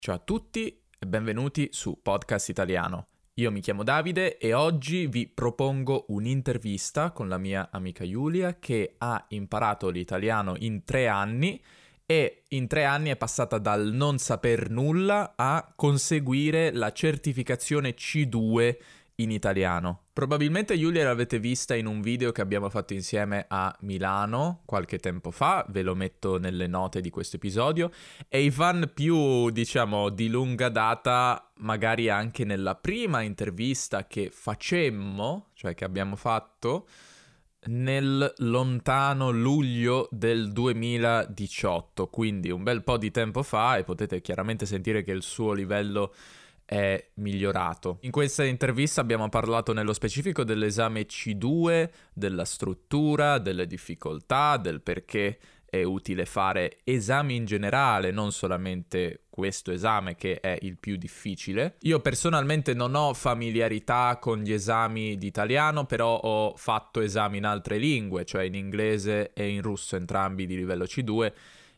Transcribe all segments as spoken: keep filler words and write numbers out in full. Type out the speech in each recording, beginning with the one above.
Ciao a tutti e benvenuti su Podcast Italiano. Io mi chiamo Davide e oggi vi propongo un'intervista con la mia amica Giulia che ha imparato l'italiano in tre anni e in tre anni è passata dal non saper nulla a conseguire la certificazione C due in italiano. Probabilmente Giulia l'avete vista in un video che abbiamo fatto insieme a Milano qualche tempo fa, ve lo metto nelle note di questo episodio, e i fan più, diciamo, di lunga data, magari anche nella prima intervista che facemmo, cioè che abbiamo fatto, nel lontano luglio del duemiladiciotto, quindi un bel po' di tempo fa, e potete chiaramente sentire che il suo livello è migliorato. In questa intervista abbiamo parlato nello specifico dell'esame C due, della struttura, delle difficoltà, del perché è utile fare esami in generale, non solamente questo esame che è il più difficile. Io personalmente non ho familiarità con gli esami di italiano, però ho fatto esami in altre lingue, cioè in inglese e in russo, entrambi di livello C due,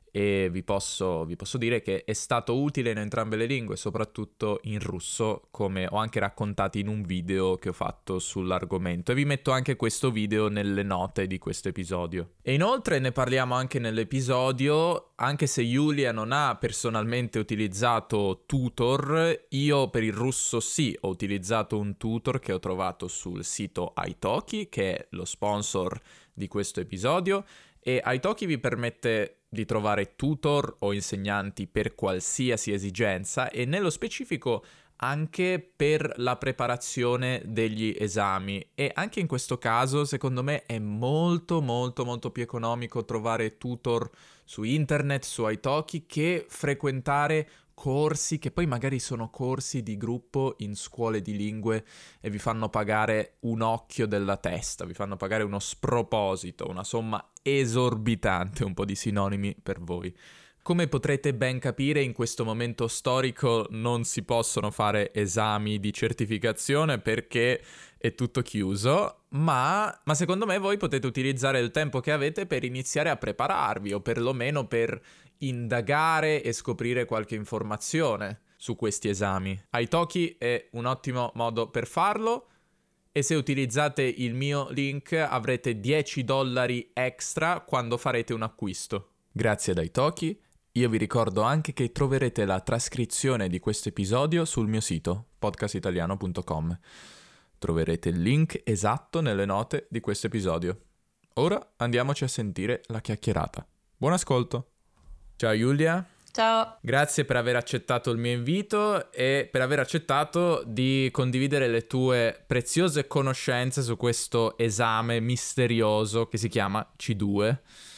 e vi posso, vi posso dire che è stato utile in entrambe le lingue, soprattutto in russo, come ho anche raccontato in un video che ho fatto sull'argomento, e vi metto anche questo video nelle note di questo episodio. E inoltre ne parliamo anche nell'episodio, anche se Giulia non ha personalmente utilizzato tutor, io per il russo sì, ho utilizzato un tutor che ho trovato sul sito Italki, che è lo sponsor di questo episodio, e Italki vi permette di trovare tutor o insegnanti per qualsiasi esigenza e nello specifico anche per la preparazione degli esami, e anche in questo caso secondo me è molto molto molto più economico trovare tutor su internet, su Italki, che frequentare corsi che poi magari sono corsi di gruppo in scuole di lingue e vi fanno pagare un occhio della testa, vi fanno pagare uno sproposito, una somma esorbitante, un po' di sinonimi per voi. Come potrete ben capire, in questo momento storico non si possono fare esami di certificazione perché è tutto chiuso, ma, ma secondo me voi potete utilizzare il tempo che avete per iniziare a prepararvi, o perlomeno per indagare e scoprire qualche informazione su questi esami. Italki è un ottimo modo per farlo, e se utilizzate il mio link avrete dieci dollari extra quando farete un acquisto. Grazie ad Italki. Io vi ricordo anche che troverete la trascrizione di questo episodio sul mio sito podcast italiano punto com. Troverete il link esatto nelle note di questo episodio. Ora andiamoci a sentire la chiacchierata. Buon ascolto! Ciao Giulia. Ciao. Grazie per aver accettato il mio invito e per aver accettato di condividere le tue preziose conoscenze su questo esame misterioso che si chiama C due.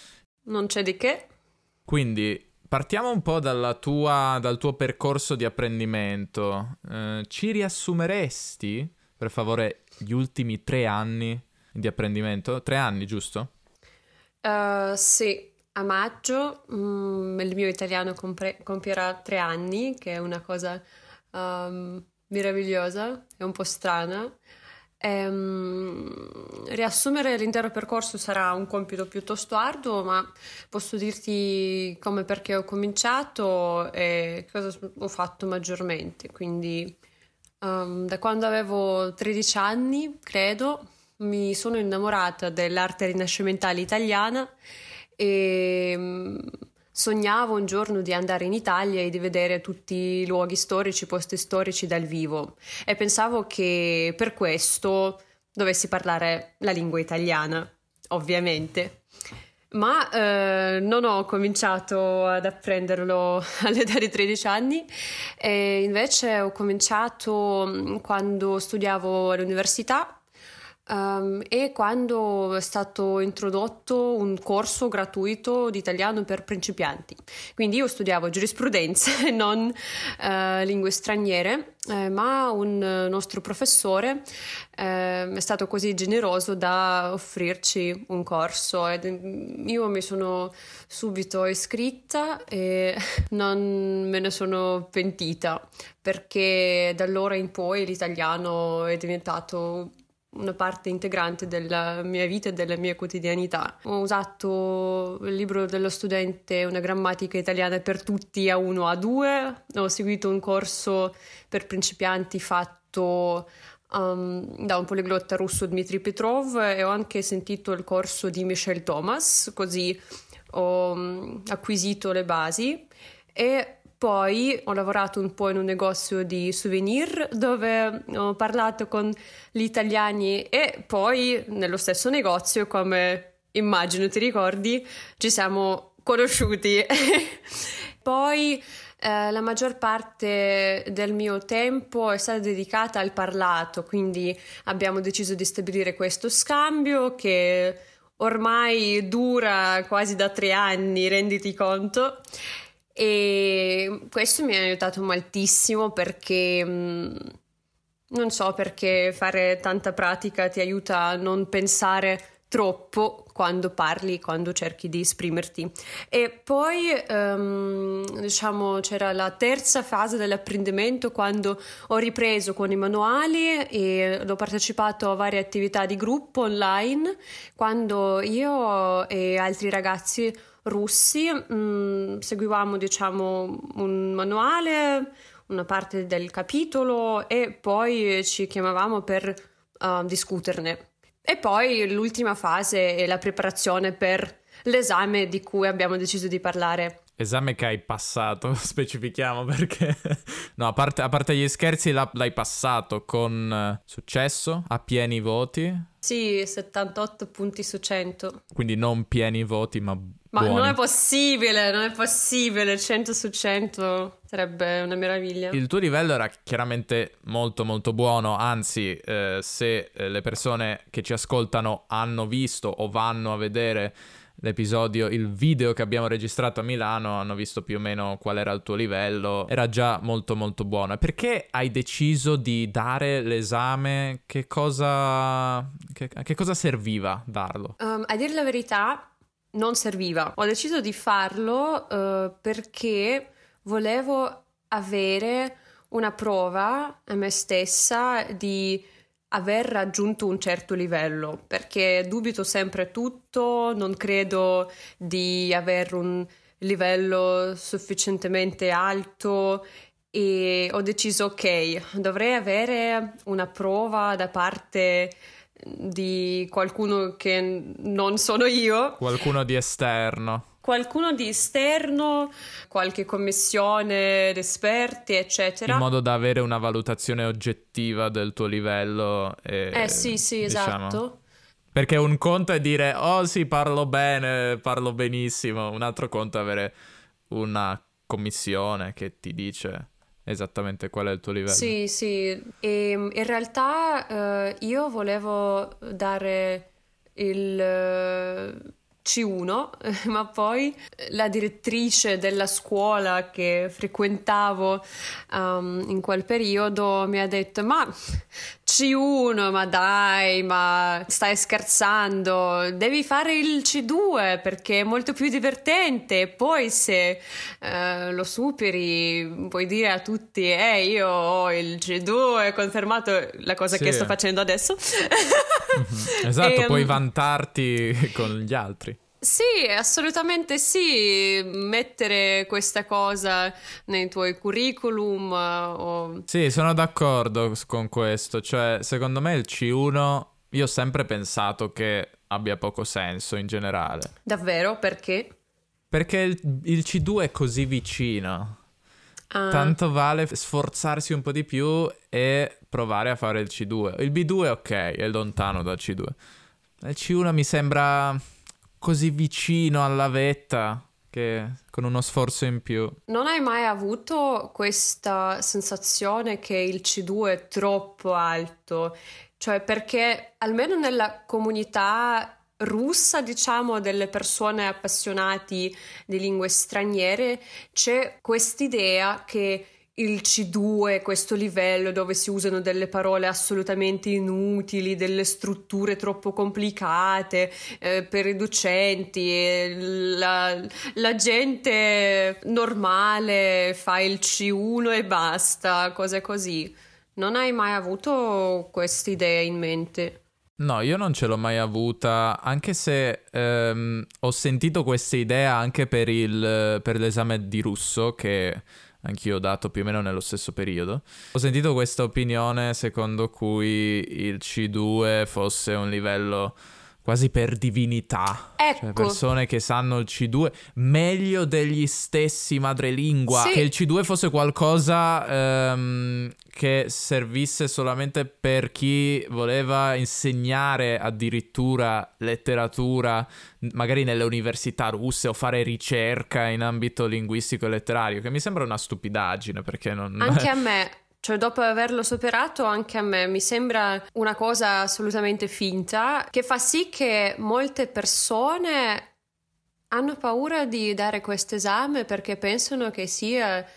Non c'è di che. Quindi partiamo un po' dalla tua, dal tuo percorso di apprendimento. Eh, ci riassumeresti, per favore, gli ultimi tre anni di apprendimento? Tre anni, giusto? Uh, sì, a maggio mm, il mio italiano compre- compierà tre anni, che è una cosa um, meravigliosa e un po' strana. Ehm, riassumere l'intero percorso sarà un compito piuttosto arduo, ma posso dirti come, perché ho cominciato e cosa ho fatto maggiormente. Quindi um, da quando avevo tredici anni, credo, mi sono innamorata dell'arte rinascimentale italiana e um, sognavo un giorno di andare in Italia e di vedere tutti i luoghi storici, posti storici dal vivo, e pensavo che per questo dovessi parlare la lingua italiana, ovviamente. Ma eh, non ho cominciato ad apprenderlo all'età di tredici anni, e invece ho cominciato quando studiavo all'università. Um, e quando è stato introdotto un corso gratuito di italiano per principianti. Quindi io studiavo giurisprudenza e non uh, lingue straniere, eh, ma un nostro professore eh, è stato così generoso da offrirci un corso, ed io mi sono subito iscritta e non me ne sono pentita, perché da allora in poi l'italiano è diventato una parte integrante della mia vita e della mia quotidianità. Ho usato il libro dello studente Una grammatica italiana per tutti A uno A due, ho seguito un corso per principianti fatto um, da un poliglotta russo, Dmitry Petrov, e ho anche sentito il corso di Michel Thomas, così ho um, acquisito le basi. E poi ho lavorato un po' in un negozio di souvenir dove ho parlato con gli italiani, e poi nello stesso negozio, come immagino ti ricordi, ci siamo conosciuti. Poi eh, la maggior parte del mio tempo è stata dedicata al parlato, quindi abbiamo deciso di stabilire questo scambio che ormai dura quasi da tre anni, renditi conto. E questo mi ha aiutato moltissimo perché mh, non so, perché fare tanta pratica ti aiuta a non pensare troppo quando parli, quando cerchi di esprimerti. E poi um, diciamo c'era la terza fase dell'apprendimento, quando ho ripreso con i manuali e ho partecipato a varie attività di gruppo online, quando io e altri ragazzi russi mh, seguivamo diciamo un manuale, una parte del capitolo, e poi ci chiamavamo per uh, discuterne. E poi l'ultima fase è la preparazione per l'esame di cui abbiamo deciso di parlare. Esame che hai passato, specifichiamo, perché no, a parte, a parte gli scherzi, la, l'hai passato con successo, a pieni voti. Sì, settantotto punti su cento. Quindi non pieni voti, ma Ma buoni. non è possibile, non è possibile, cento su cento sarebbe una meraviglia. Il tuo livello era chiaramente molto molto buono, anzi eh, se eh, le persone che ci ascoltano hanno visto o vanno a vedere l'episodio, il video che abbiamo registrato a Milano, hanno visto più o meno qual era il tuo livello, era già molto molto buono. E perché hai deciso di dare l'esame? Che cosa, che, a che cosa serviva darlo? Um, a dire la verità, non serviva. Ho deciso di farlo uh, perché volevo avere una prova a me stessa di aver raggiunto un certo livello, perché dubito sempre tutto, non credo di avere un livello sufficientemente alto, e ho deciso ok, dovrei avere una prova da parte di qualcuno che non sono io, Qualcuno di esterno. qualcuno di esterno, qualche commissione di esperti, eccetera. In modo da avere una valutazione oggettiva del tuo livello. E, Eh sì, sì, diciamo, esatto. perché un conto è dire, oh sì, parlo bene, parlo benissimo. Un altro conto è avere una commissione che ti dice esattamente qual è il tuo livello. Sì, sì. E in realtà eh, io volevo dare il eh, C uno, ma poi la direttrice della scuola che frequentavo um, in quel periodo mi ha detto: ma C uno, ma dai, ma stai scherzando, devi fare il C due perché è molto più divertente, e poi se uh, lo superi puoi dire a tutti eh io ho il C due, confermato, la cosa Sì. che sto facendo adesso. Mm-hmm. Esatto, E, puoi um, vantarti con gli altri. Sì, assolutamente sì, mettere questa cosa nei tuoi curriculum uh, o... Sì, sono d'accordo con questo. Cioè, secondo me il C uno, io ho sempre pensato che abbia poco senso in generale. Davvero? Perché? Perché il, il C due è così vicino. Ah. Tanto vale sforzarsi un po' di più e provare a fare il C due. Il B due, ok, è lontano dal C due. Il C uno mi sembra così vicino alla vetta che con uno sforzo in più. Non hai mai avuto questa sensazione che il C due è troppo alto? Cioè, perché almeno nella comunità russa, diciamo, delle persone appassionati di lingue straniere, c'è quest'idea che il C due, questo livello dove si usano delle parole assolutamente inutili, delle strutture troppo complicate eh, per i docenti, e la, la gente normale fa il C uno e basta, cose così. Non hai mai avuto questa idea in mente? No, io non ce l'ho mai avuta, anche se ehm, ho sentito questa idea anche per, il, per l'esame di russo, che anch'io ho dato più o meno nello stesso periodo. Ho sentito questa opinione secondo cui il C due fosse un livello quasi per divinità. Ecco. Cioè persone che sanno il C due meglio degli stessi madrelingua. Sì. Che il C due fosse qualcosa ehm, che servisse solamente per chi voleva insegnare addirittura letteratura, magari nelle università russe, o fare ricerca in ambito linguistico e letterario, che mi sembra una stupidaggine, perché non... Anche a me. Cioè, dopo averlo superato, anche a me mi sembra una cosa assolutamente finta, che fa sì che molte persone hanno paura di dare questo esame perché pensano che sia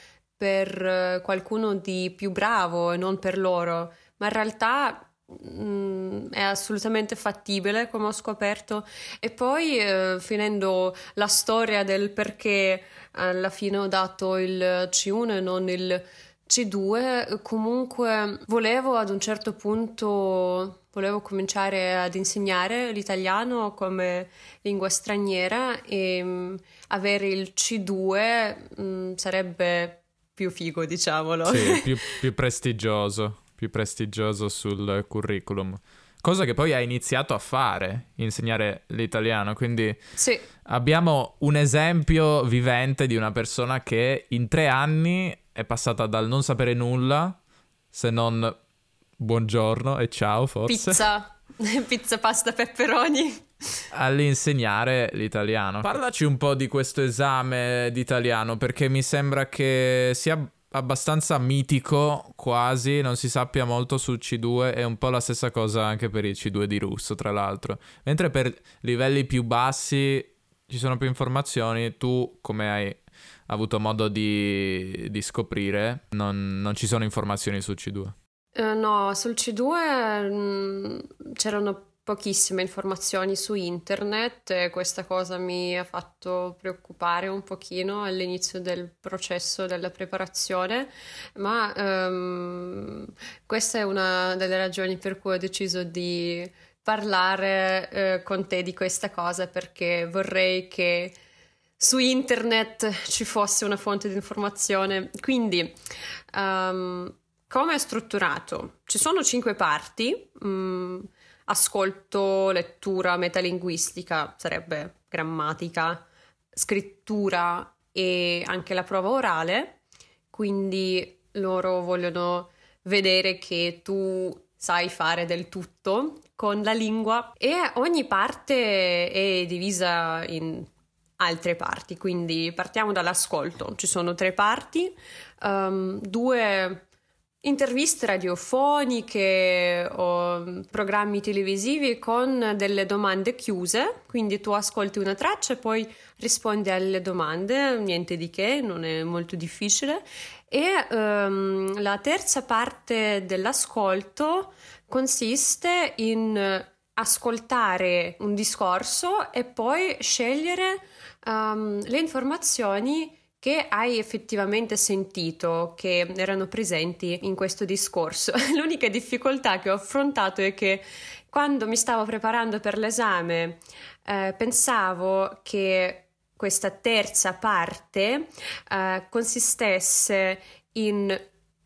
per qualcuno di più bravo e non per loro, ma in realtà mh, è assolutamente fattibile, come ho scoperto. E poi, eh, finendo la storia del perché alla fine ho dato il C uno e non il C due, comunque volevo ad un certo punto, volevo cominciare ad insegnare l'italiano come lingua straniera e mh, avere il C due mh, sarebbe più figo, diciamolo. Sì, più, più prestigioso, più prestigioso sul curriculum. Cosa che poi hai iniziato a fare, insegnare l'italiano, quindi Sì. abbiamo un esempio vivente di una persona che in tre anni è passata dal non sapere nulla, se non buongiorno e ciao forse, Pizza, pizza, pasta, pepperoni, all'insegnare l'italiano. Parlaci un po' di questo esame d'italiano, perché mi sembra che sia abbastanza mitico, quasi, non si sappia molto sul C due, è un po' la stessa cosa anche per il C due di russo, tra l'altro. Mentre per livelli più bassi ci sono più informazioni, tu come hai avuto modo di, di scoprire, non, non ci sono informazioni sul C due? Uh, no, sul C due mh, c'erano pochissime informazioni su internet e questa cosa mi ha fatto preoccupare un pochino all'inizio del processo della preparazione, ma um, questa è una delle ragioni per cui ho deciso di parlare eh, con te di questa cosa, perché vorrei che su internet ci fosse una fonte di informazione. Quindi, um, come è strutturato? Ci sono cinque parti: um, ascolto, lettura, metalinguistica, sarebbe grammatica, scrittura e anche la prova orale. Quindi loro vogliono vedere che tu sai fare del tutto con la lingua, e ogni parte è divisa in altre parti. Quindi partiamo dall'ascolto. Ci sono tre parti, um, due interviste radiofoniche o programmi televisivi con delle domande chiuse, quindi tu ascolti una traccia e poi rispondi alle domande, niente di che, non è molto difficile. E um, la terza parte dell'ascolto consiste in ascoltare un discorso e poi scegliere um, le informazioni che hai effettivamente sentito, che erano presenti in questo discorso. L'unica difficoltà che ho affrontato è che quando mi stavo preparando per l'esame eh, pensavo che questa terza parte eh, consistesse in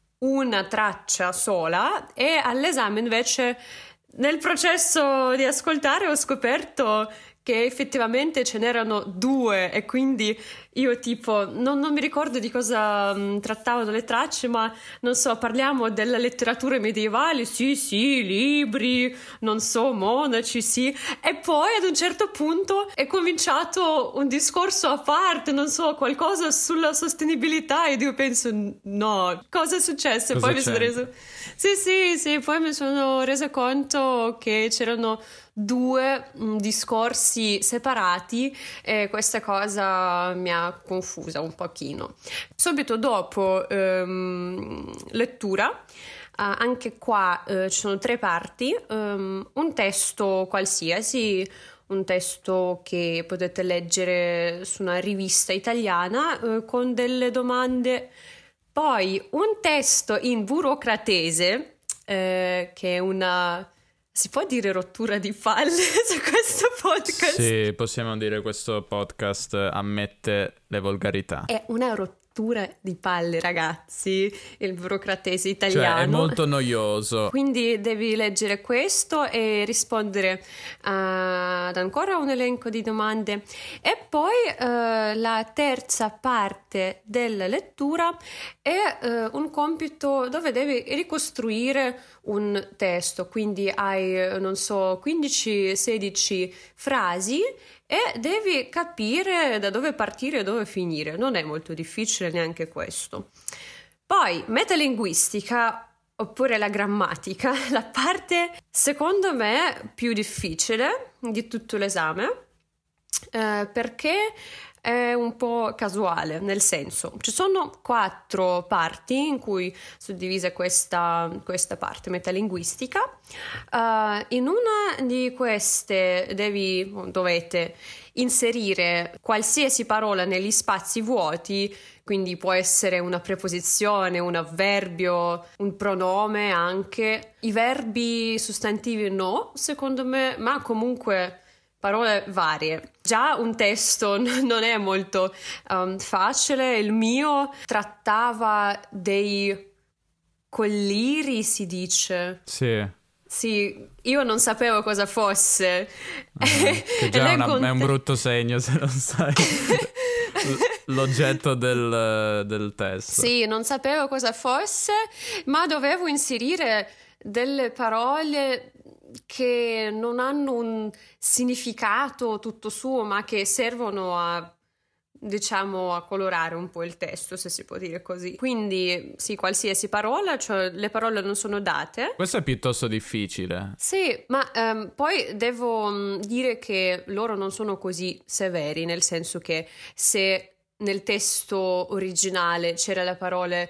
una traccia sola, e all'esame invece, nel processo di ascoltare, ho scoperto che effettivamente ce n'erano due, e quindi io tipo non, non mi ricordo di cosa mh, trattavano le tracce, ma non so, parliamo della letteratura medievale, sì sì, libri, non so, monaci, sì, e poi ad un certo punto è cominciato un discorso a parte, non so, qualcosa sulla sostenibilità, ed io penso no, cosa è successo? E Cosa poi mi sono c'entra? reso sì sì sì, poi mi sono resa conto che c'erano due mh, discorsi separati, e questa cosa mi ha confusa un pochino. Subito dopo ehm, lettura, uh, anche qua uh, ci sono tre parti, um, un testo qualsiasi, un testo che potete leggere su una rivista italiana uh, con delle domande, poi un testo in burocratese, eh, che è una Si può dire rottura di palle su questo podcast? Sì, possiamo dire questo podcast ammette le volgarità. È una rottura di palle, ragazzi, il burocratese italiano. Cioè, è molto noioso. Quindi devi leggere questo e rispondere uh, ad ancora un elenco di domande. E poi uh, la terza parte della lettura è uh, un compito dove devi ricostruire un testo. Quindi hai, non so, quindici sedici frasi e devi capire da dove partire e dove finire. Non è molto difficile neanche questo. Poi, metalinguistica, oppure la grammatica, la parte secondo me più difficile di tutto l'esame, eh, perché è un po' casuale, nel senso, ci sono quattro parti in cui suddivisa questa, questa parte metalinguistica. Uh, in una di queste devi, dovete inserire qualsiasi parola negli spazi vuoti, quindi può essere una preposizione, un avverbio, un pronome anche. I verbi sostantivi no, secondo me, ma comunque parole varie. Già un testo non è molto um, facile. Il mio trattava dei colliri, si dice. Sì. Sì, io non sapevo cosa fosse. Uh-huh. Che già è, una, cont- è un brutto segno se non sai l'oggetto del, del testo. Sì, non sapevo cosa fosse, ma dovevo inserire delle parole che non hanno un significato tutto suo, ma che servono a, diciamo, a colorare un po' il testo, se si può dire così. Quindi sì, qualsiasi parola, cioè le parole non sono date. Questo è piuttosto difficile. Sì, ma um, poi devo um, dire che loro non sono così severi, nel senso che se nel testo originale c'era la parola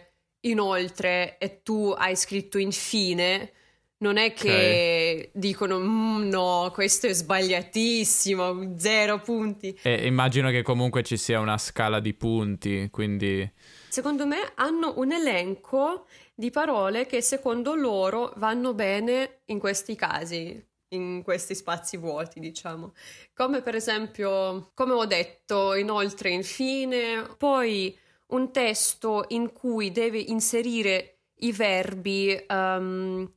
inoltre e tu hai scritto infine, non è che okay. dicono mm, no, questo è sbagliatissimo, zero punti. E immagino che comunque ci sia una scala di punti, quindi... Secondo me hanno un elenco di parole che secondo loro vanno bene in questi casi, in questi spazi vuoti, diciamo. Come per esempio, come ho detto, inoltre, infine. Poi un testo in cui devi inserire i verbi... Um,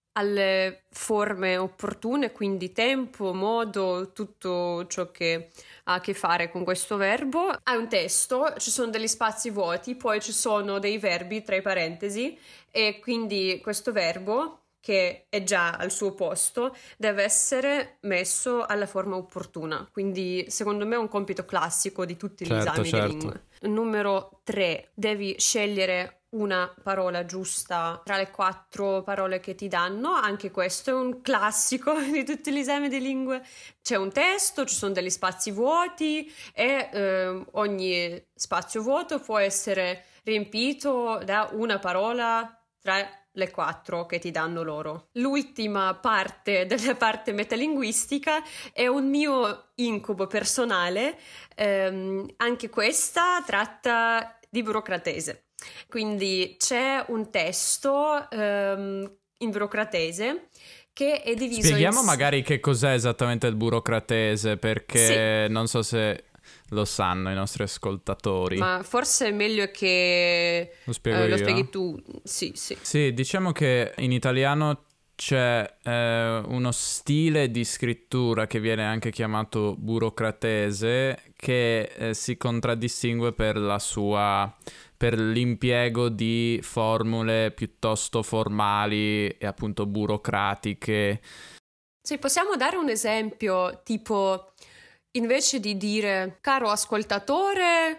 alle forme opportune, quindi tempo, modo, tutto ciò che ha a che fare con questo verbo. Hai un testo, ci sono degli spazi vuoti, poi ci sono dei verbi tra i parentesi e quindi questo verbo, che è già al suo posto, deve essere messo alla forma opportuna. Quindi secondo me è un compito classico di tutti gli certo, esami certo. di lingue. Numero tre, devi scegliere una parola giusta tra le quattro parole che ti danno. Anche questo è un classico di tutti gli esami di lingue. C'è un testo, ci sono degli spazi vuoti e eh, ogni spazio vuoto può essere riempito da una parola tra le quattro che ti danno loro. L'ultima parte della parte metalinguistica è un mio incubo personale, ehm, anche questa tratta di burocratese. Quindi c'è un testo um, in burocratese che è diviso Spieghiamo in... magari che cos'è esattamente il burocratese, perché sì. non so se lo sanno i nostri ascoltatori. Ma forse è meglio che lo, spiego eh, lo io. spieghi tu. Sì, sì. Sì, diciamo che in italiano c'è eh, uno stile di scrittura che viene anche chiamato burocratese, che eh, si contraddistingue per la sua per l'impiego di formule piuttosto formali e appunto burocratiche. Sì, possiamo dare un esempio, tipo invece di dire caro ascoltatore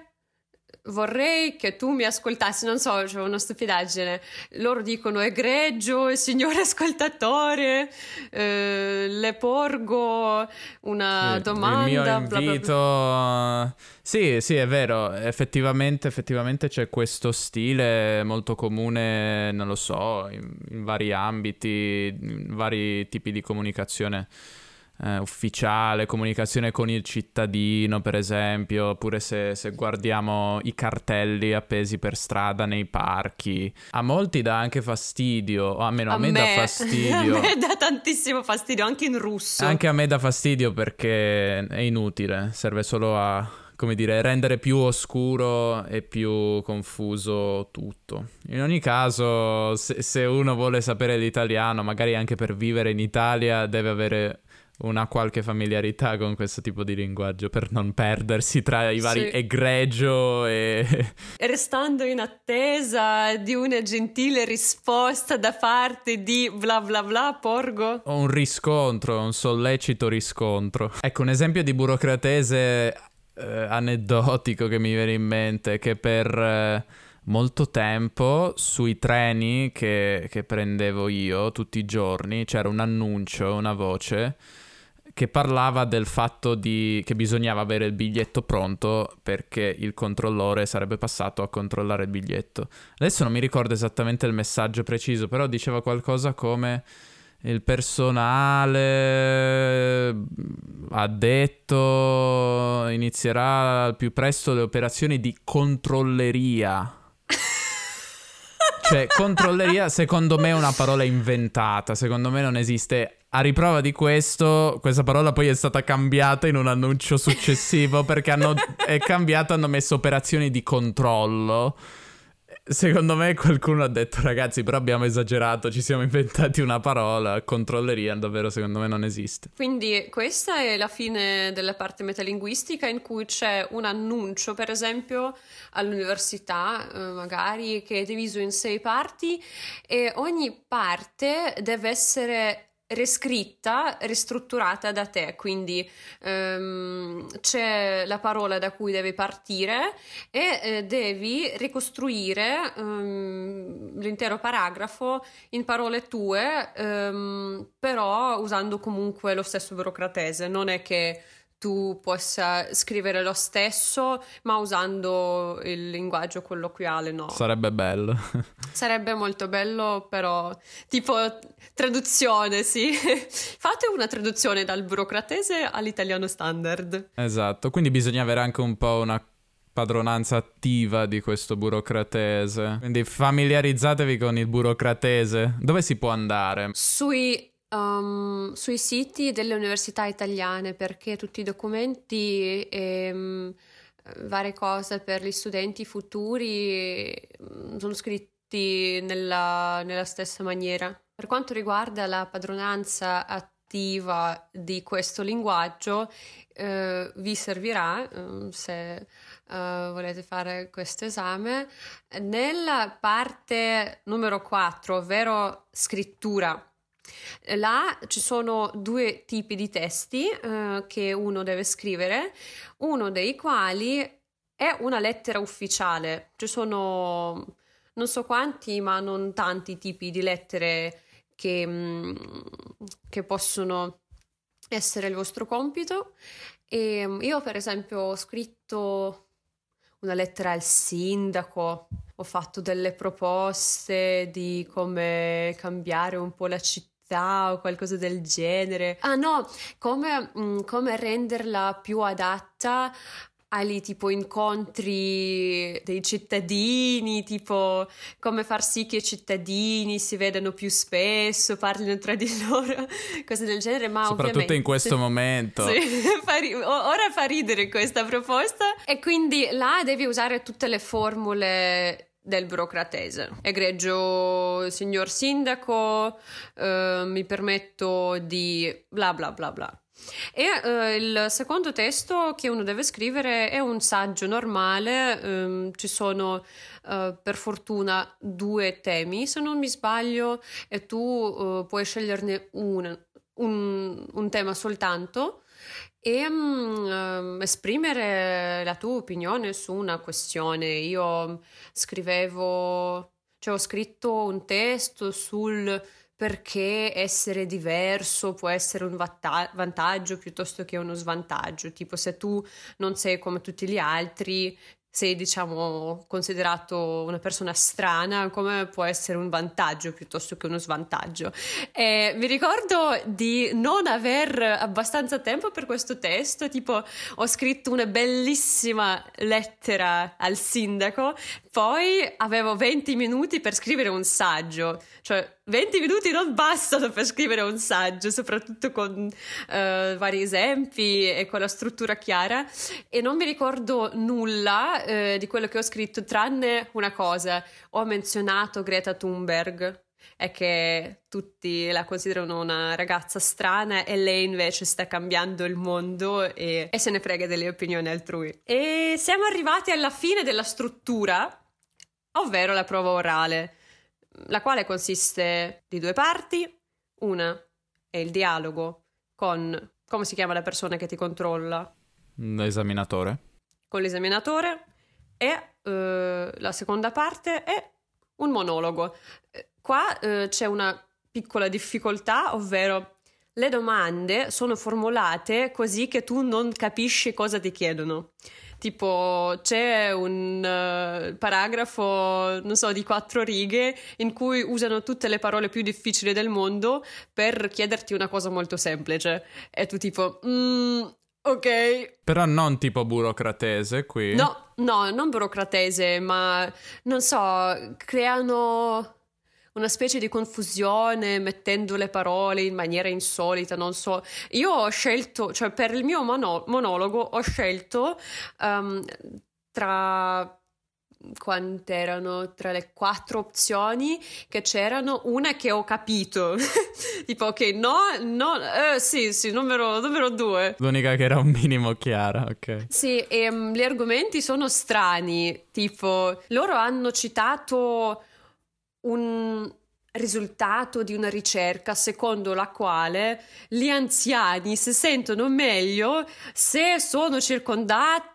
vorrei che tu mi ascoltassi, non so, c'è una stupidaggine, loro dicono egregio signore ascoltatore, eh, le porgo una sì, domanda, il mio bla bla invito bla. Sì, sì, è vero, effettivamente effettivamente c'è questo stile molto comune, non lo so, in, in vari ambiti, in vari tipi di comunicazione eh, ufficiale, comunicazione con il cittadino, per esempio, oppure se, se guardiamo i cartelli appesi per strada nei parchi. A molti dà anche fastidio, o almeno a, a me, me dà fastidio. A me dà tantissimo fastidio, anche in russo. Anche a me dà fastidio perché è inutile, serve solo a, come dire, rendere più oscuro e più confuso tutto. In ogni caso, se, se uno vuole sapere l'italiano, magari anche per vivere in Italia, deve avere una qualche familiarità con questo tipo di linguaggio per non perdersi tra i vari sì. egregio e... Restando in attesa di una gentile risposta da parte di bla bla bla, porgo. O un riscontro, un sollecito riscontro. Ecco, un esempio di burocratese eh, aneddotico che mi viene in mente, che per... Eh, molto tempo sui treni che, che prendevo io tutti i giorni c'era un annuncio, una voce che parlava del fatto di che bisognava avere il biglietto pronto perché il controllore sarebbe passato a controllare il biglietto. Adesso non mi ricordo esattamente il messaggio preciso, però diceva qualcosa come: il personale ha detto inizierà al più presto le operazioni di controlleria. Cioè, controlleria secondo me è una parola inventata, secondo me non esiste. A riprova di questo, questa parola poi è stata cambiata in un annuncio successivo perché hanno, è cambiato, hanno messo operazioni di controllo. Secondo me qualcuno ha detto: ragazzi, però abbiamo esagerato, ci siamo inventati una parola, controlleria davvero secondo me non esiste. Quindi questa è la fine della parte metalinguistica, in cui c'è un annuncio, per esempio all'università, eh, magari, che è diviso in sei parti e ogni parte deve essere riscritta, ristrutturata da te, quindi um, c'è la parola da cui devi partire e eh, devi ricostruire um, l'intero paragrafo in parole tue, um, però usando comunque lo stesso burocratese. Non è che tu possa scrivere lo stesso ma usando il linguaggio colloquiale, no. Sarebbe bello. Sarebbe molto bello, però tipo traduzione, sì. Fate una traduzione dal burocratese all'italiano standard. Esatto, quindi bisogna avere anche un po' una padronanza attiva di questo burocratese. Quindi familiarizzatevi con il burocratese. Dove si può andare? Sui Um, sui siti delle università italiane, perché tutti i documenti e um, varie cose per gli studenti futuri um, sono scritti nella, nella stessa maniera. Per quanto riguarda la padronanza attiva di questo linguaggio, uh, vi servirà um, se uh, volete fare questo esame nella parte numero quattro, ovvero scrittura. Là ci sono due tipi di testi eh, che uno deve scrivere, uno dei quali è una lettera ufficiale. Ci sono non so quanti, ma non tanti tipi di lettere che, mh, che possono essere il vostro compito. E io, per esempio, ho scritto una lettera al sindaco, ho fatto delle proposte di come cambiare un po' la città o qualcosa del genere. Ah no, come, mh, come renderla più adatta agli tipo incontri dei cittadini, tipo come far sì che i cittadini si vedano più spesso, parlino tra di loro, cose del genere, ma soprattutto ovviamente in questo momento. Sì, fa ri- ora fa ridere questa proposta e quindi là devi usare tutte le formule del burocratese. Egregio signor sindaco, eh, mi permetto di bla bla bla bla. E eh, il secondo testo che uno deve scrivere è un saggio normale, ehm, ci sono eh, per fortuna due temi se non mi sbaglio e tu eh, puoi sceglierne un, un, un tema soltanto e um, esprimere la tua opinione su una questione. Io scrivevo, cioè ho scritto un testo sul perché essere diverso può essere un vanta- vantaggio piuttosto che uno svantaggio. Tipo, se tu non sei come tutti gli altri, sei, diciamo, considerato una persona strana, come può essere un vantaggio piuttosto che uno svantaggio. E mi ricordo di non aver abbastanza tempo per questo testo, tipo ho scritto una bellissima lettera al sindaco, poi avevo venti minuti per scrivere un saggio, cioè venti minuti non bastano per scrivere un saggio, soprattutto con eh, vari esempi e con la struttura chiara, e non mi ricordo nulla eh, di quello che ho scritto tranne una cosa: ho menzionato Greta Thunberg e che tutti la considerano una ragazza strana e lei invece sta cambiando il mondo e, e se ne frega delle opinioni altrui. E siamo arrivati alla fine della struttura, ovvero la prova orale, la quale consiste di due parti. Una è il dialogo con, come si chiama la persona che ti controlla? L'esaminatore. Con l'esaminatore, e eh, la seconda parte è un monologo. Eh, Qua eh, c'è una piccola difficoltà, ovvero le domande sono formulate così che tu non capisci cosa ti chiedono. Tipo, c'è un uh, paragrafo, non so, di quattro righe in cui usano tutte le parole più difficili del mondo per chiederti una cosa molto semplice. E tu tipo, mm, ok. Però non tipo burocratese qui. No, no, non burocratese, ma non so, creano una specie di confusione mettendo le parole in maniera insolita, non so. Io ho scelto, cioè per il mio mono- monologo ho scelto um, tra quante erano, tra le quattro opzioni che c'erano, una che ho capito. Tipo, ok, no, no, eh, sì, sì, numero, numero due. L'unica che era un minimo chiara, ok. Sì, e um, gli argomenti sono strani, tipo, loro hanno citato un risultato di una ricerca secondo la quale gli anziani si sentono meglio se sono circondati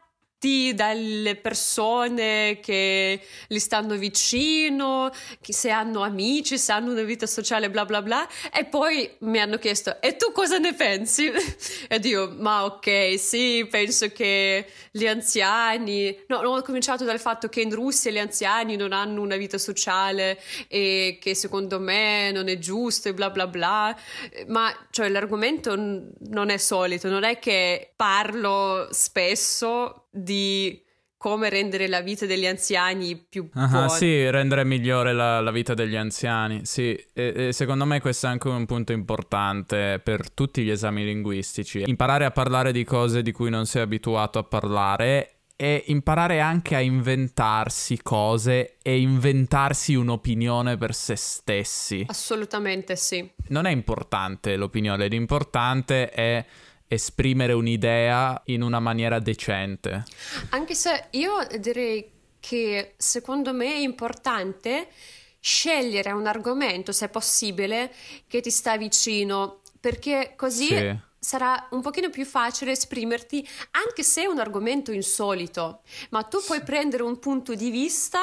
dalle persone che li stanno vicino, che se hanno amici, se hanno una vita sociale, bla bla bla. E poi mi hanno chiesto: e tu cosa ne pensi? Ed io, ma ok, sì, penso che gli anziani, no, ho cominciato dal fatto che in Russia gli anziani non hanno una vita sociale e che secondo me non è giusto e bla bla bla. Ma cioè l'argomento n- non è solito, non è che parlo spesso di come rendere la vita degli anziani più Ah, buona. sì, rendere migliore la, la vita degli anziani, sì. E, e secondo me questo è anche un punto importante per tutti gli esami linguistici. Imparare a parlare di cose di cui non sei abituato a parlare e imparare anche a inventarsi cose e inventarsi un'opinione per se stessi. Assolutamente sì. Non è importante l'opinione, l'importante è esprimere un'idea in una maniera decente. Anche se io direi che secondo me è importante scegliere un argomento, se possibile, che ti sta vicino, perché così Sì. sarà un pochino più facile esprimerti, anche se è un argomento insolito, ma tu puoi prendere un punto di vista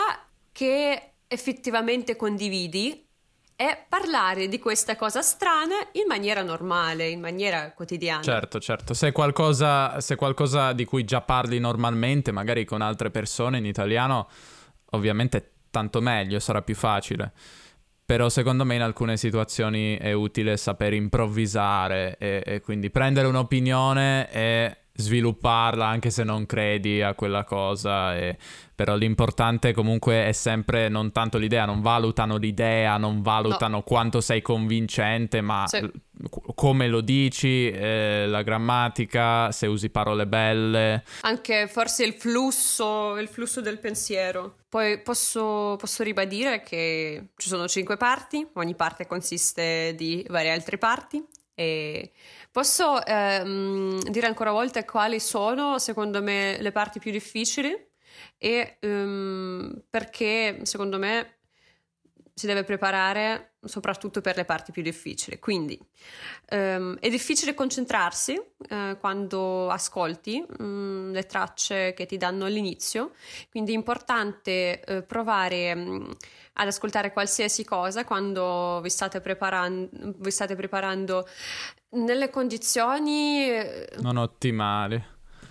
che effettivamente condividi e parlare di questa cosa strana in maniera normale, in maniera quotidiana. Certo, certo. Se è qualcosa, se è qualcosa di cui già parli normalmente, magari con altre persone in italiano, ovviamente tanto meglio, sarà più facile. Però secondo me in alcune situazioni è utile saper improvvisare e, e quindi prendere un'opinione e svilupparla anche se non credi a quella cosa. E... però l'importante comunque è sempre non tanto l'idea, non valutano l'idea, non valutano No. quanto sei convincente, ma Sì. l- come lo dici, eh, la grammatica, se usi parole belle. Anche forse il flusso, il flusso del pensiero. Poi posso, posso ribadire che ci sono cinque parti, ogni parte consiste di varie altre parti. E posso ehm, dire ancora una volta quali sono, secondo me, le parti più difficili e ehm, perché, secondo me, si deve preparare soprattutto per le parti più difficili. Quindi ehm, è difficile concentrarsi eh, quando ascolti mh, le tracce che ti danno all'inizio, quindi è importante eh, provare mh, ad ascoltare qualsiasi cosa quando vi state preparando, vi state preparando nelle condizioni eh, Non ottimali.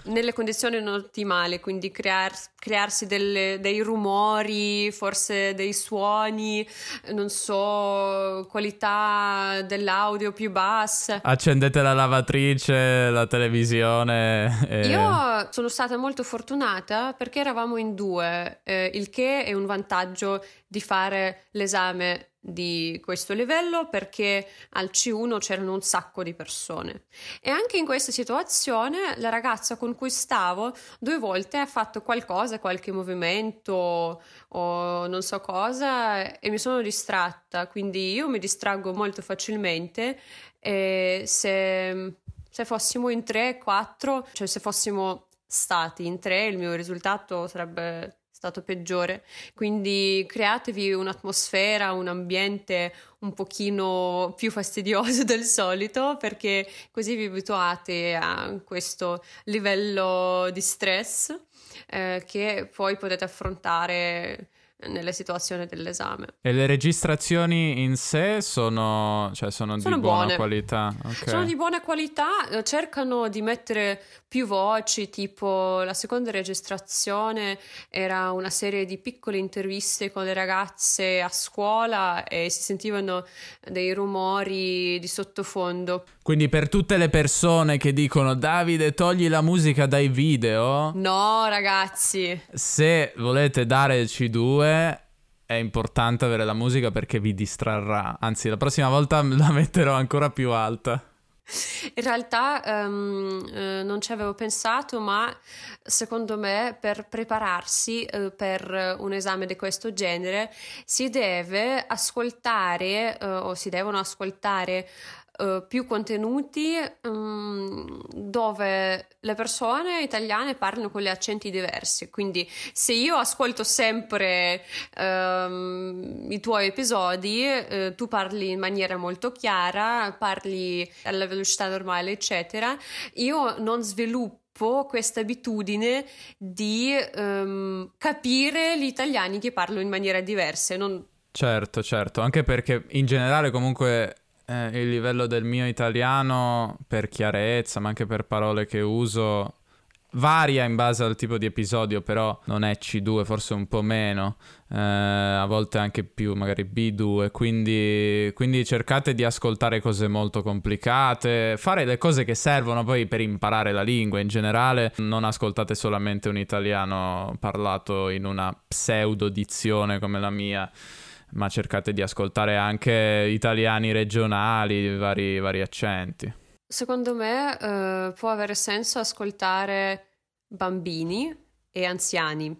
nelle condizioni non ottimali, quindi crear, crearsi delle, dei rumori, forse dei suoni, non so, qualità dell'audio più bassa. Accendete la lavatrice, la televisione. E... Io sono stata molto fortunata perché eravamo in due, eh, il che è un vantaggio di fare l'esame di questo livello, perché al C uno c'erano un sacco di persone e anche in questa situazione la ragazza con cui stavo due volte ha fatto qualcosa, qualche movimento o non so cosa, e mi sono distratta, quindi io mi distraggo molto facilmente, e se, se fossimo in tre quattro, cioè se fossimo stati in tre, il mio risultato sarebbe stato peggiore. Quindi createvi un'atmosfera, un ambiente un pochino più fastidioso del solito, perché così vi abituate a questo livello di stress eh, che poi potete affrontare nelle situazioni dell'esame. E le registrazioni in sé sono, cioè sono, sono di buone. buona qualità? Okay. Sono di buona qualità, cercano di mettere più voci, tipo la seconda registrazione era una serie di piccole interviste con le ragazze a scuola e si sentivano dei rumori di sottofondo. Quindi per tutte le persone che dicono Davide togli la musica dai video, no ragazzi, se volete dare C due è importante avere la musica perché vi distrarrà, anzi la prossima volta la metterò ancora più alta. In realtà um, eh, non ci avevo pensato, ma secondo me per prepararsi eh, per un esame di questo genere si deve ascoltare eh, o si devono ascoltare Uh, più contenuti um, dove le persone italiane parlano con gli accenti diversi. Quindi se io ascolto sempre um, i tuoi episodi, uh, tu parli in maniera molto chiara, parli alla velocità normale eccetera, io non sviluppo questa abitudine di um, capire gli italiani che parlano in maniera diversa. Non... Certo, certo, anche perché in generale comunque Eh, il livello del mio italiano, per chiarezza, ma anche per parole che uso, varia in base al tipo di episodio, però non è C due, forse un po' meno, eh, a volte anche più, magari B due, quindi, quindi cercate di ascoltare cose molto complicate, fare le cose che servono poi per imparare la lingua in generale, non ascoltate solamente un italiano parlato in una pseudo dizione come la mia, ma cercate di ascoltare anche italiani regionali, vari, vari accenti. Secondo me eh, può avere senso ascoltare bambini e anziani,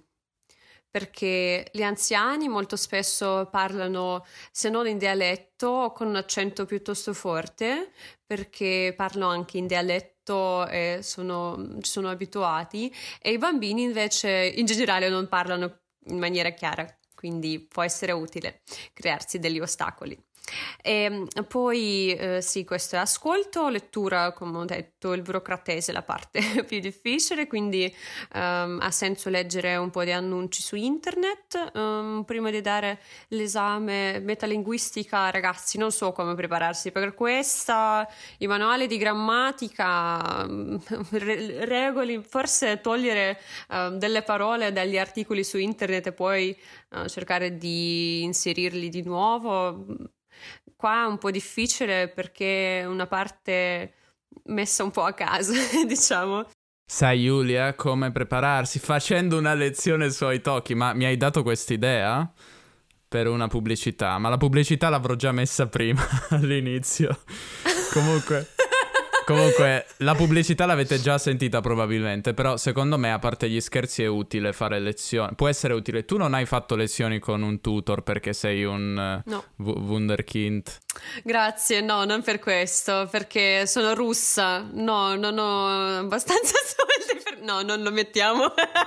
perché gli anziani molto spesso parlano, se non in dialetto, con un accento piuttosto forte, perché parlano anche in dialetto e sono, ci sono abituati, e i bambini invece in generale non parlano in maniera chiara. Quindi può essere utile crearsi degli ostacoli. E poi eh, sì, questo è ascolto, lettura, come ho detto, il burocratese è la parte più difficile, quindi um, ha senso leggere un po' di annunci su internet um, prima di dare l'esame. Metalinguistica, ragazzi, non so come prepararsi per questa, i manuali di grammatica, re- regoli, forse togliere um, delle parole dagli articoli su internet e poi uh, cercare di inserirli di nuovo. Qua è un po' difficile perché è una parte messa un po' a caso, diciamo. Sai Giulia, come prepararsi? Facendo una lezione su Italki, ma mi hai dato quest'idea per una pubblicità, ma la pubblicità l'avrò già messa prima, all'inizio. Comunque... Comunque, la pubblicità l'avete già sentita probabilmente, però secondo me, a parte gli scherzi, è utile fare lezioni. Può essere utile. Tu non hai fatto lezioni con un tutor perché sei un no. w- wunderkind? Grazie, no, non per questo, perché sono russa. No, non ho abbastanza soldi per... No, non lo mettiamo.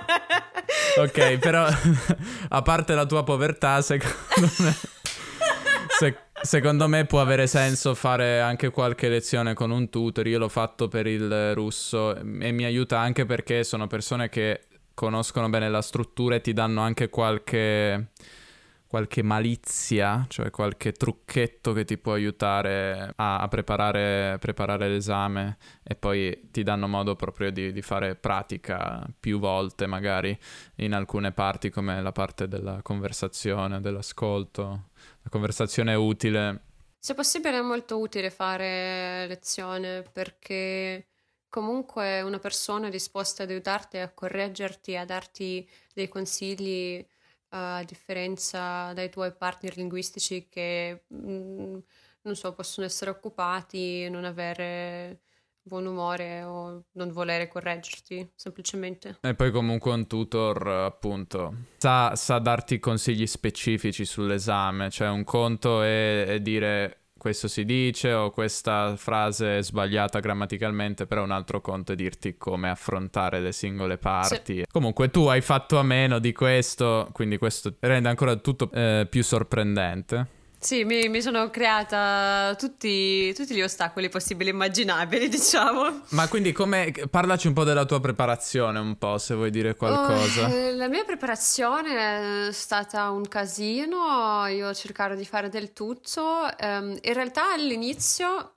Ok, però, a parte la tua povertà, secondo me... Se- secondo me può avere senso fare anche qualche lezione con un tutor. Io l'ho fatto per il russo e mi aiuta anche perché sono persone che conoscono bene la struttura e ti danno anche qualche qualche malizia, cioè qualche trucchetto che ti può aiutare a, a preparare, preparare l'esame, e poi ti danno modo proprio di, di fare pratica più volte, magari in alcune parti, come la parte della conversazione, dell'ascolto. La conversazione è utile. Se possibile è molto utile fare lezione, perché comunque una persona è disposta ad aiutarti, a correggerti, a darti dei consigli, a differenza dai tuoi partner linguistici che, mm, non so, possono essere occupati, non avere buon umore o non volere correggerti, semplicemente. E poi comunque un tutor, appunto, sa, sa darti consigli specifici sull'esame, cioè un conto è, è dire questo si dice o questa frase è sbagliata grammaticalmente, però un altro conto è dirti come affrontare le singole parti. Sì. Comunque tu hai fatto a meno di questo, quindi questo rende ancora tutto eh, più sorprendente. Sì, mi, mi sono creata tutti, tutti gli ostacoli possibili e immaginabili, diciamo. Ma quindi come... Parlaci un po' della tua preparazione, un po', se vuoi dire qualcosa. Oh, la mia preparazione è stata un casino, io ho cercato di fare del tutto. Um, in realtà all'inizio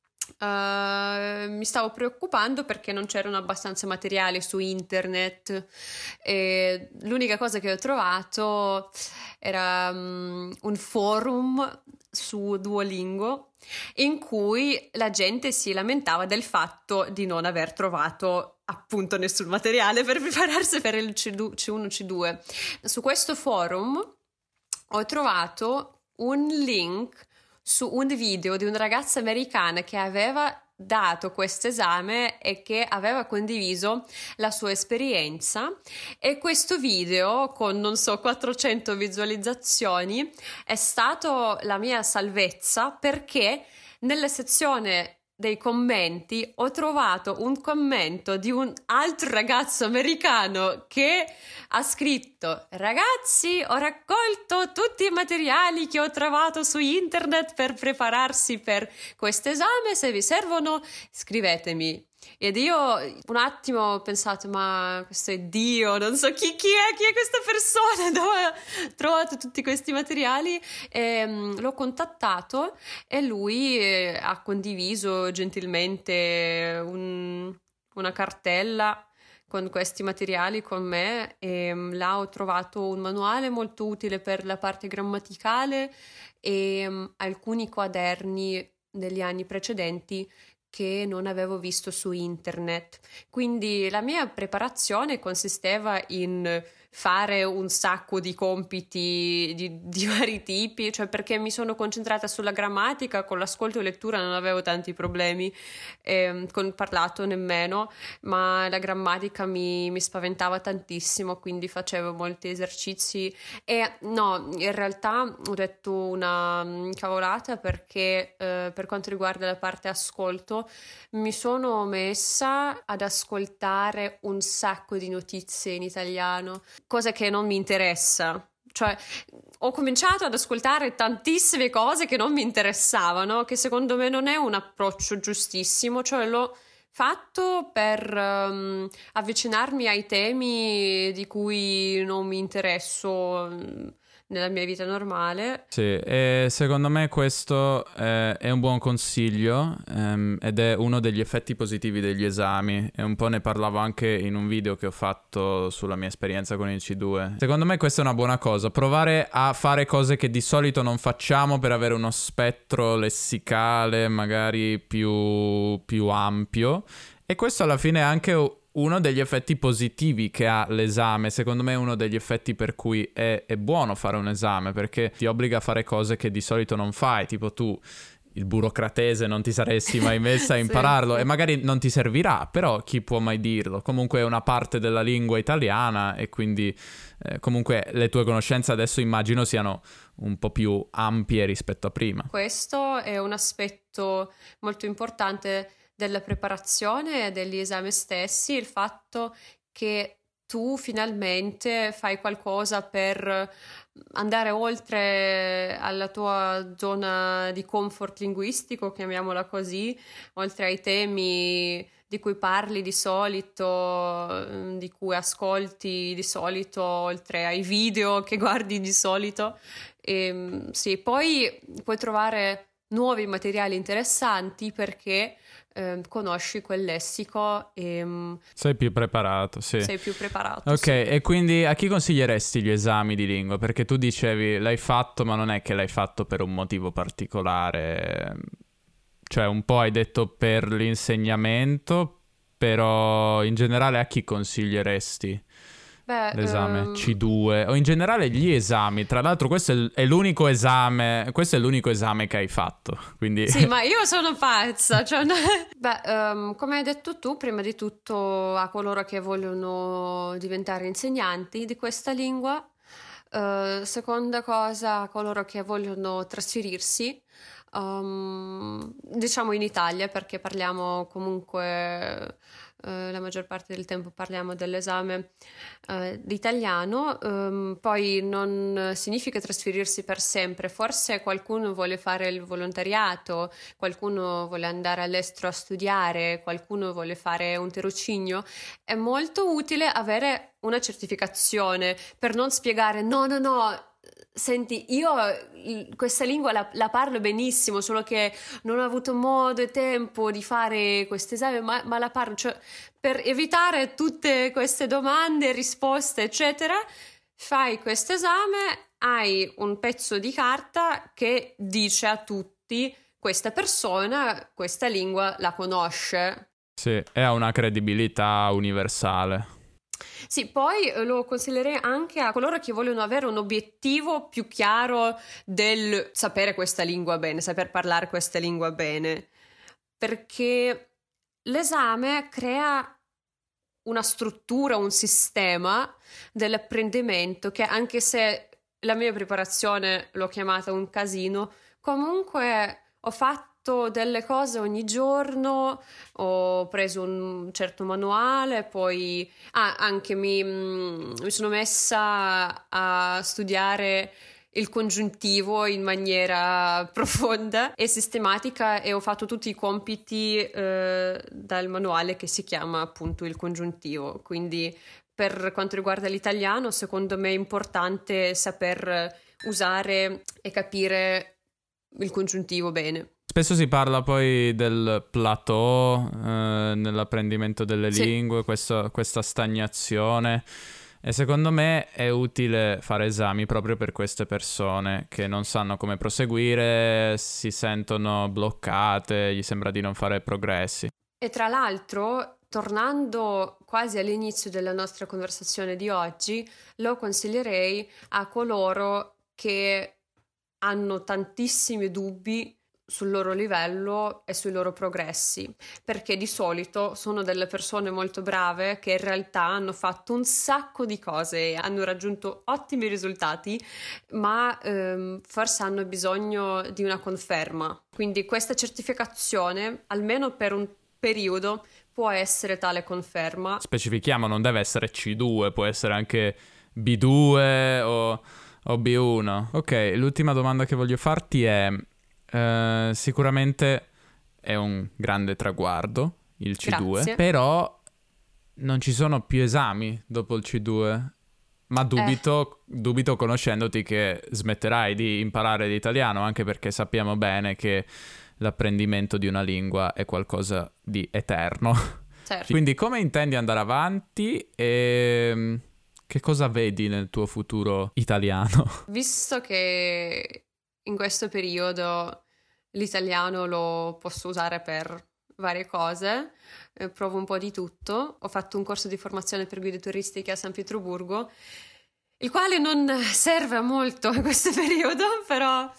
uh, mi stavo preoccupando perché non c'erano abbastanza materiali su internet e l'unica cosa che ho trovato era um, un forum su Duolingo in cui la gente si lamentava del fatto di non aver trovato appunto nessun materiale per prepararsi per il C uno C due. Su questo forum ho trovato un link su un video di una ragazza americana che aveva dato questo esame e che aveva condiviso la sua esperienza, e questo video con non so quattrocento visualizzazioni è stato la mia salvezza, perché nella sezione dei commenti ho trovato un commento di un altro ragazzo americano che ha scritto: ragazzi, ho raccolto tutti i materiali che ho trovato su internet per prepararsi per questo esame, se vi servono scrivetemi. Ed io un attimo ho pensato: ma questo è Dio, non so chi, chi è, chi è questa persona, dove ha trovato tutti questi materiali? E, um, l'ho contattato e lui eh, ha condiviso gentilmente un, una cartella con questi materiali con me, e um, là ho trovato un manuale molto utile per la parte grammaticale e um, alcuni quaderni degli anni precedenti che non avevo visto su internet. Quindi la mia preparazione consisteva in fare un sacco di compiti di, di vari tipi, cioè perché mi sono concentrata sulla grammatica, con l'ascolto e lettura non avevo tanti problemi, eh, con parlato nemmeno, ma la grammatica mi, mi spaventava tantissimo, quindi facevo molti esercizi e no, in realtà ho detto una cavolata, perché eh, per quanto riguarda la parte ascolto mi sono messa ad ascoltare un sacco di notizie in italiano, cosa che non mi interessa. Cioè, ho cominciato ad ascoltare tantissime cose che non mi interessavano, che secondo me non è un approccio giustissimo, cioè l'ho fatto per um, avvicinarmi ai temi di cui non mi interesso um, nella mia vita normale. Sì, e secondo me questo eh, è un buon consiglio ehm, ed è uno degli effetti positivi degli esami, e un po' ne parlavo anche in un video che ho fatto sulla mia esperienza con il C due. Secondo me questa è una buona cosa, provare a fare cose che di solito non facciamo per avere uno spettro lessicale magari più, più ampio, e questo alla fine è anche uno degli effetti positivi che ha l'esame. Secondo me è uno degli effetti per cui è, è buono fare un esame, perché ti obbliga a fare cose che di solito non fai, tipo tu il burocratese non ti saresti mai messa a impararlo, sì, sì. E magari non ti servirà, però chi può mai dirlo? Comunque è una parte della lingua italiana, e quindi eh, comunque le tue conoscenze adesso immagino siano un po' più ampie rispetto a prima. Questo è un aspetto molto importante della preparazione e degli esami stessi, il fatto che tu finalmente fai qualcosa per andare oltre alla tua zona di comfort linguistico, chiamiamola così, oltre ai temi di cui parli di solito, di cui ascolti di solito, oltre ai video che guardi di solito. E, sì, poi puoi trovare nuovi materiali interessanti perché eh, conosci quel lessico e sei più preparato, sì. Sei più preparato. Ok, sì. E quindi a chi consiglieresti gli esami di lingua? Perché tu dicevi l'hai fatto, ma non è che l'hai fatto per un motivo particolare. Cioè, un po' hai detto per l'insegnamento, però in generale a chi consiglieresti Beh, l'esame ehm, C due? O in generale gli esami? Tra l'altro questo è, l- è l'unico esame, questo è l'unico esame che hai fatto, quindi... Sì, ma io sono pazza. Cioè, no- Beh, ehm, come hai detto tu, prima di tutto a coloro che vogliono diventare insegnanti di questa lingua, eh, seconda cosa a coloro che vogliono trasferirsi, ehm, diciamo in Italia, perché parliamo comunque, eh, la maggior parte del tempo parliamo dell'esame eh, di italiano, ehm, poi non significa trasferirsi per sempre, forse qualcuno vuole fare il volontariato, qualcuno vuole andare all'estero a studiare, qualcuno vuole fare un tirocinio, è molto utile avere una certificazione per non spiegare no, no, no. Senti, io il- questa lingua la, la parlo benissimo, solo che non ho avuto modo e tempo di fare questo esame, ma, ma la parlo, cioè, per evitare tutte queste domande, risposte, eccetera, fai questo esame, hai un pezzo di carta che dice a tutti questa persona, questa lingua la conosce. Sì, e ha una credibilità universale. Sì, poi eh, lo consiglierei anche a coloro che vogliono avere un obiettivo più chiaro del sapere questa lingua bene, saper parlare questa lingua bene, perché l'esame crea una struttura, un sistema dell'apprendimento che anche se la mia preparazione l'ho chiamata un casino, comunque ho fatto delle cose ogni giorno, ho preso un certo manuale, poi ah, anche mi, mm, mi sono messa a studiare il congiuntivo in maniera profonda e sistematica e ho fatto tutti i compiti eh, dal manuale che si chiama appunto il congiuntivo. Quindi per quanto riguarda l'italiano, secondo me è importante saper usare e capire il congiuntivo bene. Spesso si parla poi del plateau eh, nell'apprendimento delle Sì. lingue, questo- questa stagnazione. E secondo me è utile fare esami proprio per queste persone che non sanno come proseguire, si sentono bloccate, gli sembra di non fare progressi. E tra l'altro, tornando quasi all'inizio della nostra conversazione di oggi, lo consiglierei a coloro che hanno tantissimi dubbi sul loro livello e sui loro progressi, perché di solito sono delle persone molto brave che in realtà hanno fatto un sacco di cose, hanno raggiunto ottimi risultati, ma ehm, forse hanno bisogno di una conferma. Quindi questa certificazione, almeno per un periodo, può essere tale conferma. Specifichiamo, non deve essere C due, può essere anche B due o, o B uno. Ok, l'ultima domanda che voglio farti è, eh, sicuramente è un grande traguardo il C due, Grazie. però non ci sono più esami dopo il C due. Ma dubito, dubito conoscendoti che smetterai di imparare l'italiano, anche perché sappiamo bene che l'apprendimento di una lingua è qualcosa di eterno. Certo. Quindi come intendi andare avanti e mm, che cosa vedi nel tuo futuro italiano? Visto che in questo periodo l'italiano lo posso usare per varie cose, eh, provo un po' di tutto. Ho fatto un corso di formazione per guide turistiche a San Pietroburgo, il quale non serve a molto in questo periodo, però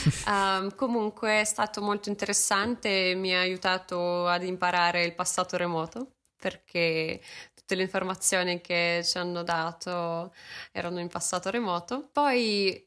um, comunque è stato molto interessante e mi ha aiutato ad imparare il passato remoto, perché tutte le informazioni che ci hanno dato erano in passato remoto. Poi,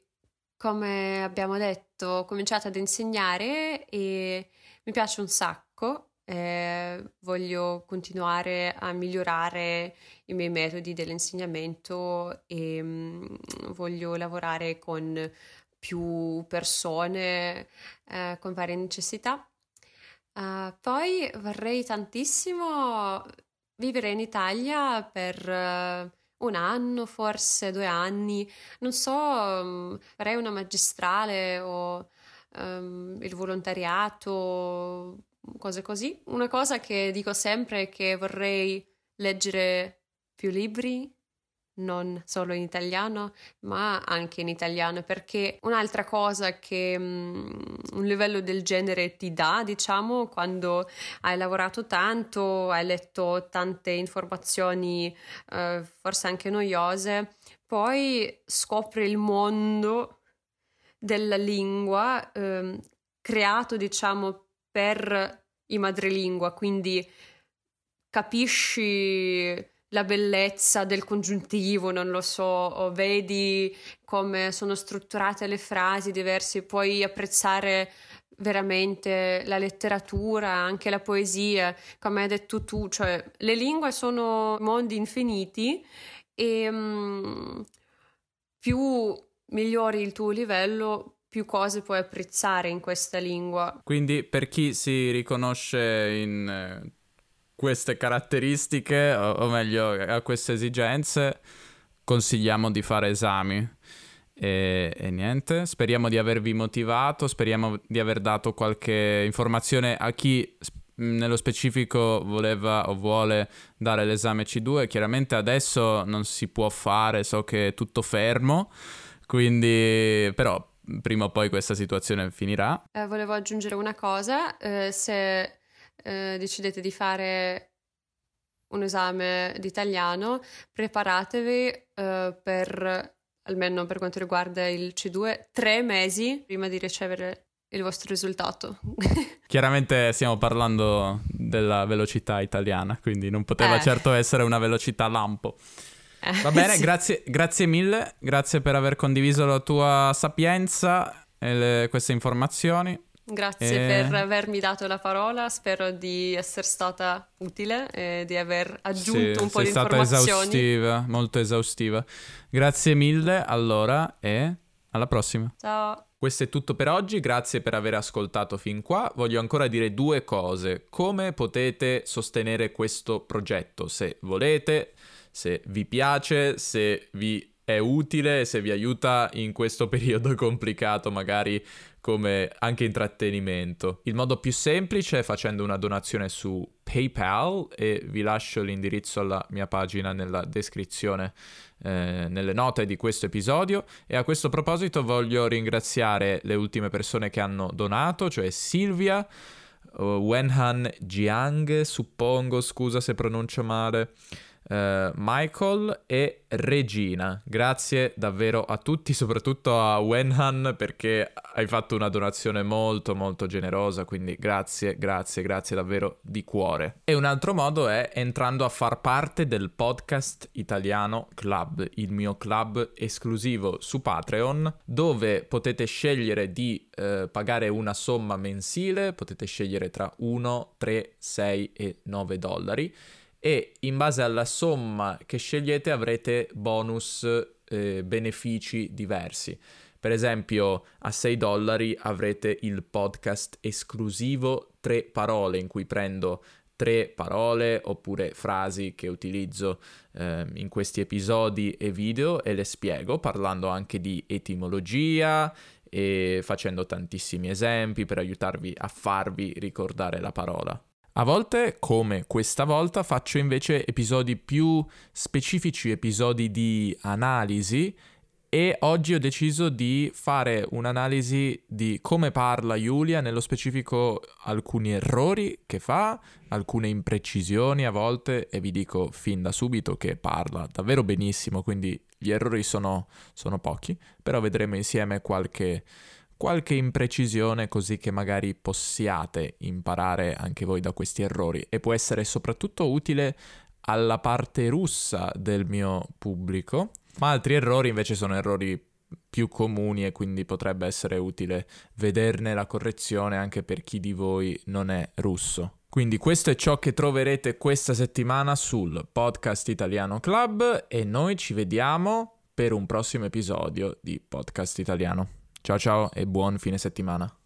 come abbiamo detto, ho cominciato ad insegnare e mi piace un sacco. Eh, voglio continuare a migliorare i miei metodi dell'insegnamento e mh, voglio lavorare con più persone eh, con varie necessità. Uh, poi vorrei tantissimo vivere in Italia per uh, un anno, forse due anni, non so, um, farei una magistrale o um, il volontariato, cose così. Una cosa che dico sempre è che vorrei leggere più libri, non solo in italiano, ma anche in italiano, perché un'altra cosa che um, un livello del genere ti dà, diciamo, quando hai lavorato tanto, hai letto tante informazioni, uh, forse anche noiose, poi scopri il mondo della lingua um, creato, diciamo, per i madrelingua, quindi capisci la bellezza del congiuntivo, non lo so, o vedi come sono strutturate le frasi diverse, puoi apprezzare veramente la letteratura, anche la poesia, come hai detto tu, cioè le lingue sono mondi infiniti e um, più migliori il tuo livello, più cose puoi apprezzare in questa lingua. Quindi per chi si riconosce in eh, queste caratteristiche, o, o meglio a queste esigenze, consigliamo di fare esami. E, e niente, speriamo di avervi motivato, speriamo di aver dato qualche informazione a chi nello specifico voleva o vuole dare l'esame C due. Chiaramente adesso non si può fare, so che è tutto fermo, quindi però prima o poi questa situazione finirà. Eh, volevo aggiungere una cosa, eh, se eh, decidete di fare un esame di italiano, preparatevi eh, per, almeno per quanto riguarda il C due, tre mesi prima di ricevere il vostro risultato. Chiaramente stiamo parlando della velocità italiana, quindi non poteva eh. certo essere una velocità lampo. Va bene, sì. grazie, grazie mille, grazie per aver condiviso la tua sapienza e le, queste informazioni. Grazie e... per avermi dato la parola, spero di essere stata utile e di aver aggiunto sì, un po' di informazioni. Sei stata esaustiva, molto esaustiva. Grazie mille allora e alla prossima. Ciao. Questo è tutto per oggi, grazie per aver ascoltato fin qua. Voglio ancora dire due cose. Come potete sostenere questo progetto? Se volete, se vi piace, se vi è utile, se vi aiuta in questo periodo complicato, magari come anche intrattenimento. Il modo più semplice è facendo una donazione su PayPal e vi lascio l'indirizzo alla mia pagina nella descrizione, eh, nelle note di questo episodio. E a questo proposito voglio ringraziare le ultime persone che hanno donato, cioè Silvia, uh, Wenhan Jiang, suppongo, scusa se pronuncio male, Uh, Michael e Regina. Grazie davvero a tutti, soprattutto a Wenhan perché hai fatto una donazione molto molto generosa, quindi grazie, grazie, grazie davvero di cuore. E un altro modo è entrando a far parte del Podcast Italiano Club, il mio club esclusivo su Patreon, dove potete scegliere di uh, pagare una somma mensile, potete scegliere tra uno, tre, sei e nove dollari. E in base alla somma che scegliete avrete bonus eh, benefici diversi. Per esempio a sei dollari avrete il podcast esclusivo tre parole, in cui prendo tre parole oppure frasi che utilizzo eh, in questi episodi e video e le spiego, parlando anche di etimologia e facendo tantissimi esempi per aiutarvi a farvi ricordare la parola. A volte, come questa volta, faccio invece episodi più specifici, episodi di analisi, e oggi ho deciso di fare un'analisi di come parla Giulia, nello specifico alcuni errori che fa, alcune imprecisioni a volte, e vi dico fin da subito che parla davvero benissimo, quindi gli errori sono, sono pochi, però vedremo insieme qualche... qualche imprecisione così che magari possiate imparare anche voi da questi errori, e può essere soprattutto utile alla parte russa del mio pubblico, ma altri errori invece sono errori più comuni e quindi potrebbe essere utile vederne la correzione anche per chi di voi non è russo. Quindi questo è ciò che troverete questa settimana sul Podcast Italiano Club e noi ci vediamo per un prossimo episodio di Podcast Italiano. Ciao ciao e buon fine settimana.